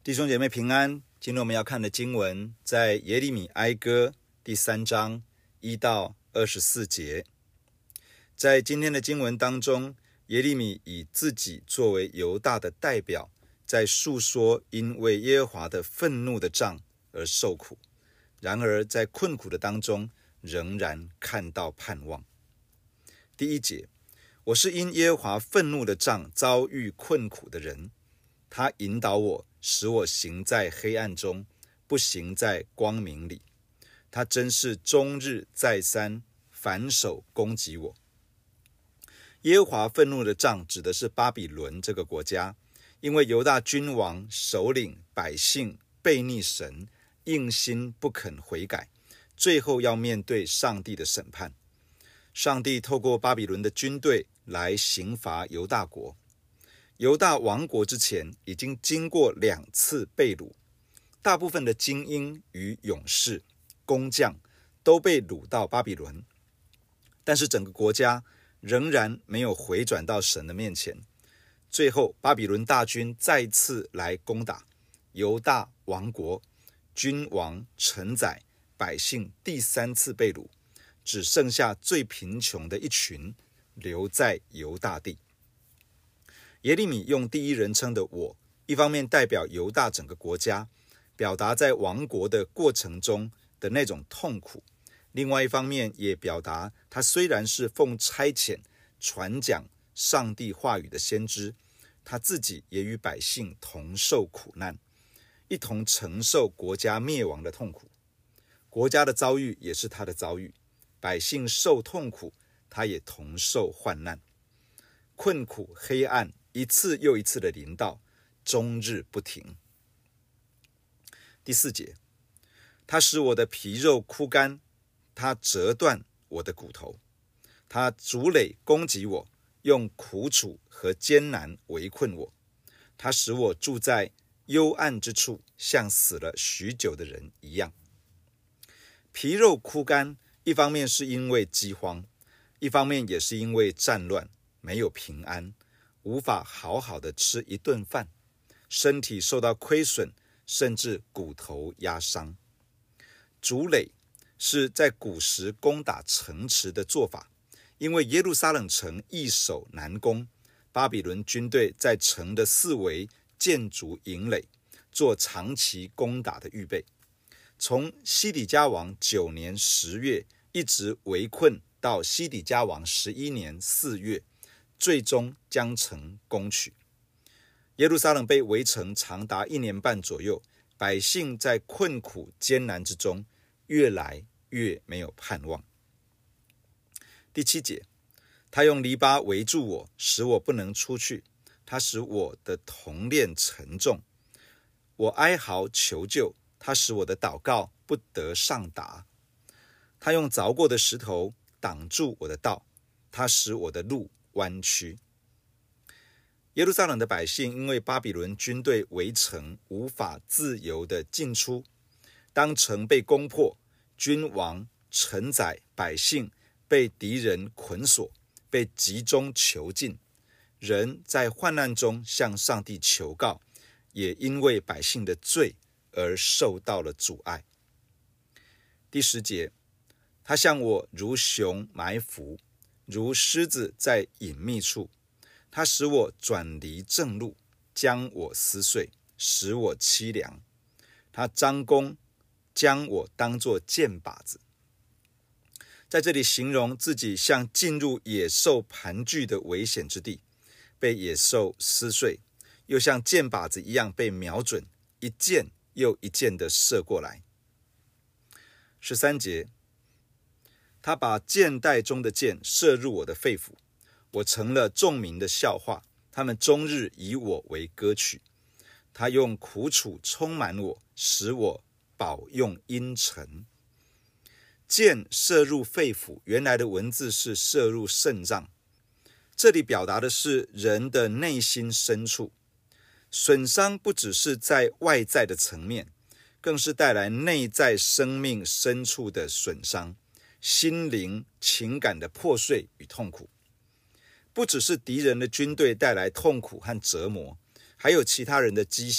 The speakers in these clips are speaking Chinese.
弟兄姐妹平安，今天我们要看的经文在耶利米哀歌第3章1到24节。在今天的经文当中，耶利米以自己作为犹大的代表，在述说因为耶和华的愤怒的杖而受苦，然而在困苦的当中仍然看到盼望。第1节，我是因耶和华愤怒的杖遭遇困苦的人，他引导我，使我行在黑暗中，不行在光明里。他真是终日再三反手攻击我。耶和华愤怒的杖指的是巴比伦这个国家，因为犹大君王、首领、百姓悖逆神，硬心不肯悔改，最后要面对上帝的审判。上帝透过巴比伦的军队来刑罚犹大国。犹大亡国之前已经经过2次被掳，大部分的精英与勇士、工匠都被掳到巴比伦，但是整个国家仍然没有回转到神的面前。最后巴比伦大军再次来攻打，犹大亡国，君王、臣宰、百姓第3次被掳，只剩下最贫穷的一群留在犹大地。耶利米用第一人称的我，一方面代表犹大整个国家，表达在亡国的过程中的那种痛苦，另外一方面也表达他虽然是奉差遣传讲上帝话语的先知，他自己也与百姓同受苦难，一同承受国家灭亡的痛苦。国家的遭遇也是他的遭遇，百姓受痛苦，他也同受患难。困苦黑暗一次又一次的临到，终日不停。第4节，他使我的皮肉枯干，他折断我的骨头，他筑垒攻击我，用苦楚和艰难围困我，他使我住在幽暗之处，像死了许久的人一样。皮肉枯干，一方面是因为饥荒，一方面也是因为战乱，没有平安，无法好好的吃一顿饭，身体受到亏损，甚至骨头压伤。筑垒是在古时攻打城池的做法，因为耶路撒冷城易守难攻，巴比伦军队在城的四围建筑营垒，做长期攻打的预备。从西底家王9年10月一直围困到西底家王11年4月，最终将城攻取。耶路撒冷被围城长达1年半左右，百姓在困苦艰难之中越来越没有盼望。第7节，他用篱笆围住我，使我不能出去，他使我的铜链沉重，我哀嚎求救，他使我的祷告不得上达。他用凿过的石头挡住我的道，他使我的路弯曲。耶路撒冷的百姓因为巴比伦军队围城，无法自由地进出。当城被攻破，君王、臣宰、百姓被敌人捆锁，被集中囚禁。人在患难中向上帝求告，也因为百姓的罪而受到了阻碍。第10节，他向我如熊埋伏，如狮子在隐秘处，他使我转离正路，将我撕碎，使我凄凉。他张弓，将我当作箭靶子。在这里形容自己像进入野兽盘踞的危险之地，被野兽撕碎，又像箭靶子一样被瞄准，一箭又一箭的射过来。13节，他把箭袋中的箭射入我的肺腑，我成了众民的笑话，他们终日以我为歌曲。他用苦楚充满我，使我饱用阴沉。箭射入肺腑，原来的文字是射入肾脏，这里表达的是人的内心深处。损伤不只是在外在的层面，更是带来内在生命深处的损伤，心灵情感的破碎与痛苦。不只是敌人的军队带来痛苦和折磨，还有其他人的讥笑、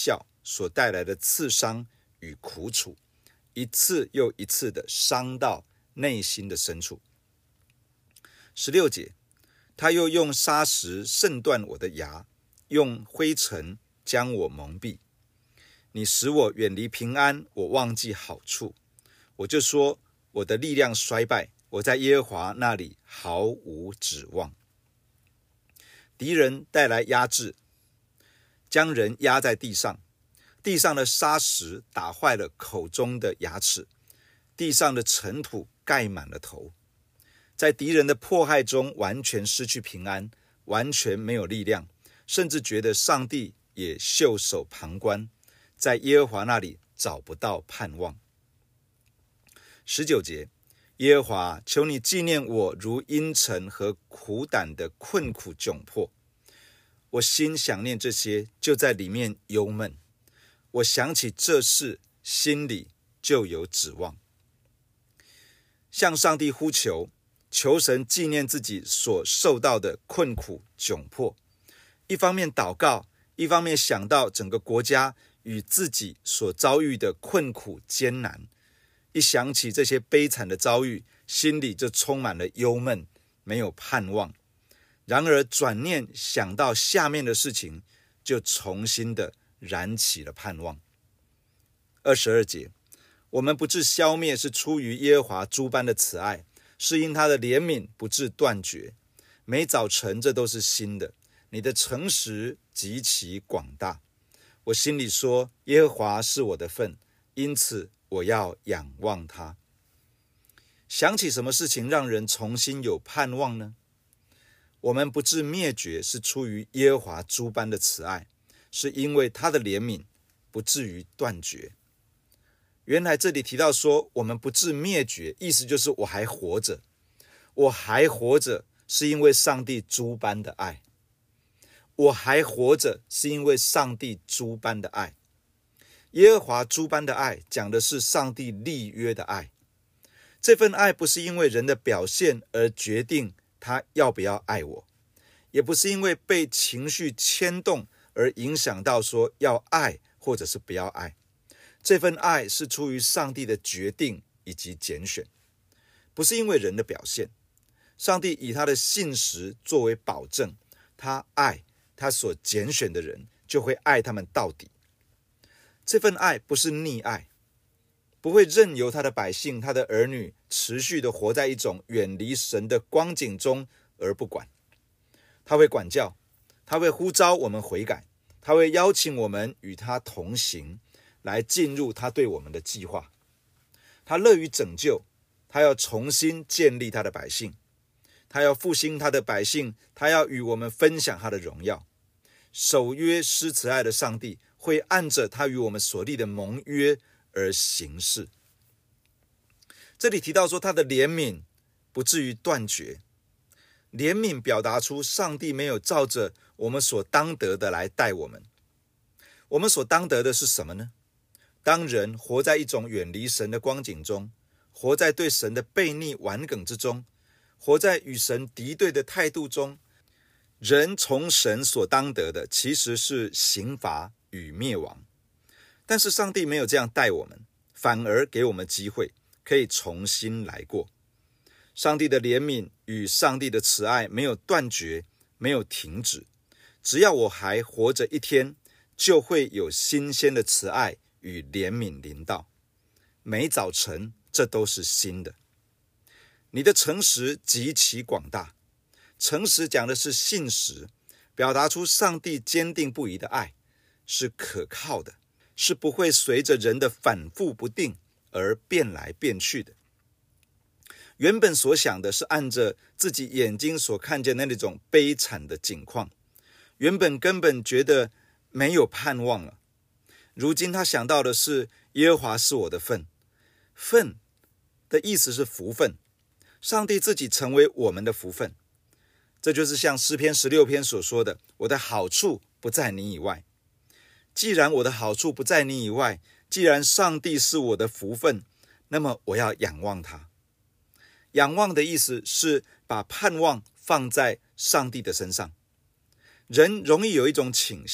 所带来的刺伤与苦楚，一次又一次的伤到内心的深处。16节，他又用砂石渗断我的牙，用灰尘将我蒙蔽。你使我远离平安，我忘记好处。我就说我的力量衰败，我在耶和华那里毫无指望。敌人带来压制，将人压在地上，地上的砂石打坏了口中的牙齿，地上的尘土盖满了头。在敌人的迫害中完全失去平安，完全没有力量，甚至觉得上帝也袖手旁观，在耶和华那里找不到盼望。19节，耶和华，求你纪念我如阴沉和苦胆的困苦窘迫。我心想念这些，就在里面忧闷。我想起这事，心里就有指望。向上帝呼求，求神纪念自己所受到的困苦窘迫。一方面祷告，一方面想到整个国家与自己所遭遇的困苦艰难。一想起这些悲惨的遭遇，心里就充满了忧闷，没有盼望。然而转念想到下面的事情，就重新的燃起了盼望。22节，我们不致消灭，是出于耶和华诸般的慈爱，是因他的怜悯不致断绝。每早晨这都是新的，你的诚实极其广大。我心里说，耶和华是我的份，因此我要仰望他。想起什么事情让人重新有盼望呢？我们不致灭绝，是出于耶和华诸般的慈爱，是因为他的怜悯不至于断绝。原来这里提到说我们不致灭绝，意思就是我还活着。我还活着是因为上帝诸般的爱。我还活着是因为上帝诸般的爱。耶和华诸般的爱讲的是上帝立约的爱。这份爱不是因为人的表现而决定他要不要爱我，也不是因为被情绪牵动而影响到说要爱或者是不要爱。这份爱是出于上帝的决定以及拣选，不是因为人的表现。上帝以他的信实作为保证，他爱他所拣选的人，就会爱他们到底。这份爱不是溺爱，不会任由他的百姓，他的儿女持续的活在一种远离神的光景中而不管。他会管教，他会呼召我们悔改，他会邀请我们与他同行，来进入他对我们的计划。他乐于拯救，他要重新建立他的百姓，他要复兴他的百姓，他要与我们分享他的荣耀。守约施慈爱的上帝会按着他与我们所立的盟约而行事。这里提到说他的怜悯不至于断绝。怜悯表达出上帝没有照着我们所当得的来待我们。我们所当得的是什么呢？当人活在一种远离神的光景中，活在对神的悖逆顽梗之中，活在与神敌对的态度中，人从神所当得的其实是刑罚与灭亡。但是上帝没有这样待我们，反而给我们机会可以重新来过。上帝的怜悯与上帝的慈爱没有断绝，没有停止。只要我还活着一天，就会有新鲜的慈爱与怜悯临到。每早晨这都是新的。你的诚实极其广大。诚实讲的是信实，表达出上帝坚定不移的爱，是可靠的，是不会随着人的反复不定而变来变去的。原本所想的是按着自己眼睛所看见的那种悲惨的境况，原本根本觉得没有盼望了。如今他想到的是耶和华是我的份。份的意思是福分，上帝自己成为我们的福分。这就是像诗篇16篇所说的，我的好处不在你以外。既然我的好处不在你以外，既然上帝是我的福分，那么我要仰望他。仰望的意思是把盼望放在上帝的身上。人容易有一种倾向，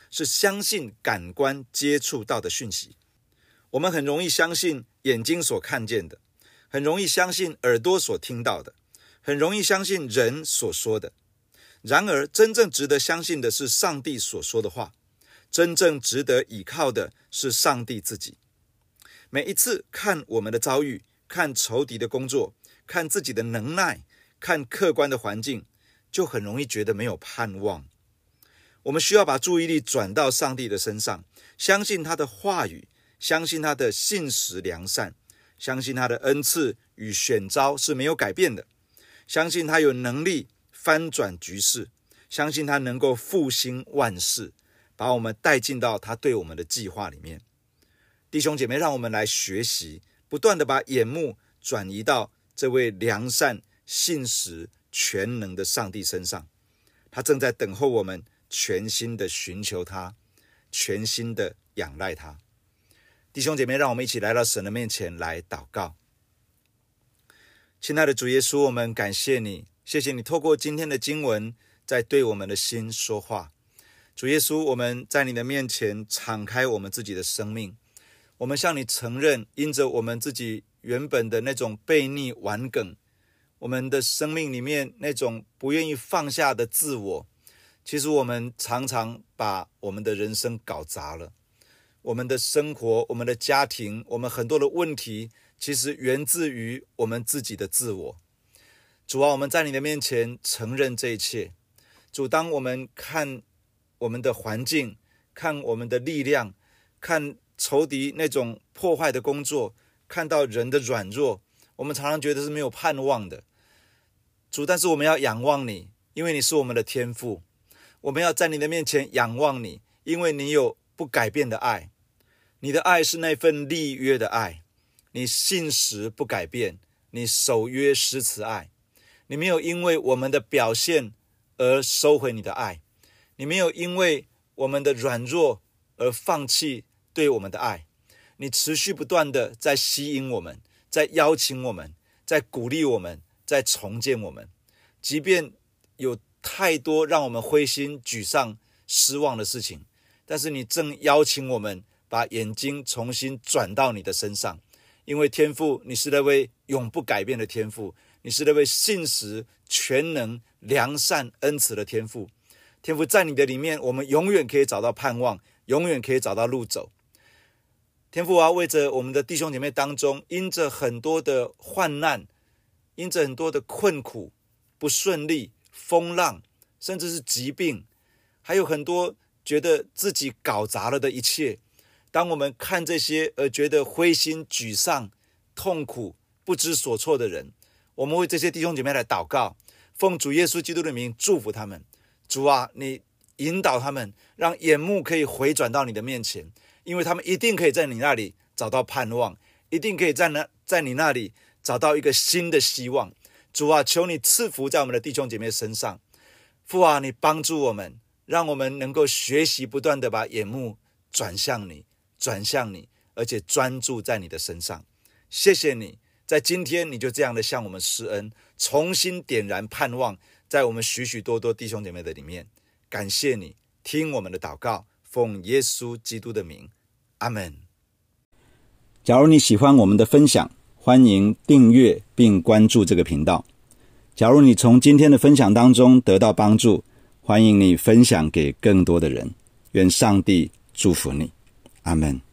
是相信感官接触到的讯息。我们很容易相信眼睛所看见的，很容易相信耳朵所听到的，很容易相信人所说的。然而，真正值得相信的是上帝所说的话，真正值得倚靠的是上帝自己。每一次看我们的遭遇，看仇敌的工作，看自己的能耐，看客观的环境，就很容易觉得没有盼望。我们需要把注意力转到上帝的身上，相信他的话语，相信他的信实良善，相信他的恩赐与选召是没有改变的，相信他有能力翻转局势，相信他能够复兴万事，把我们带进到他对我们的计划里面。弟兄姐妹，让我们来学习，不断的把眼目转移到这位良善、信实、全能的上帝身上。他正在等候我们全心的寻求他，全心的仰赖他。弟兄姐妹，让我们一起来到神的面前来祷告。亲爱的主耶稣，我们感谢你，谢谢你透过今天的经文在对我们的心说话。主耶稣，我们在你的面前敞开我们自己的生命，我们向你承认，因着我们自己原本的那种悖逆顽梗，我们的生命里面那种不愿意放下的自我，其实我们常常把我们的人生搞砸了。我们的生活，我们的家庭，我们很多的问题，其实源自于我们自己的自我。主啊，我们在你的面前承认这一切。主，当我们看我们的环境，看我们的力量，看仇敌那种破坏的工作，看到人的软弱，我们常常觉得是没有盼望的。主，但是我们要仰望你，因为你是我们的天父。我们要在你的面前仰望你，因为你有不改变的爱。你的爱是那份立约的爱，你信实不改变，你守约施慈爱。你没有因为我们的表现而收回你的爱，你没有因为我们的软弱而放弃对我们的爱。你持续不断的在吸引我们，在邀请我们，在鼓励我们，在重建我们。即便有太多让我们灰心沮丧失望的事情，但是你正邀请我们把眼睛重新转到你的身上。因为天父，你是那位永不改变的天父，你是那位信实、全能、良善、恩慈的天父。天父，在你的里面，我们永远可以找到盼望，永远可以找到路走。天父啊，为着我们的弟兄姐妹当中，因着很多的患难，因着很多的困苦、不顺利、风浪，甚至是疾病，还有很多觉得自己搞砸了的一切，当我们看这些而觉得灰心沮丧、痛苦、不知所措的人，我们为这些弟兄姐妹来祷告，奉主耶稣基督的名祝福他们。主啊，你引导他们，让眼目可以回转到你的面前，因为他们一定可以在你那里找到盼望，一定可以在你那里找到一个新的希望。主啊，求你赐福在我们的弟兄姐妹身上。父啊，你帮助我们，让我们能够学习不断的把眼目转向你，而且专注在你的身上。谢谢你，在今天你就这样的向我们施恩，重新点燃盼望在我们许许多多弟兄姐妹的里面。感谢你，听我们的祷告，奉耶稣基督的名，阿们。假如你喜欢我们的分享，欢迎订阅并关注这个频道。假如你从今天的分享当中得到帮助，欢迎你分享给更多的人。愿上帝祝福你，阿们。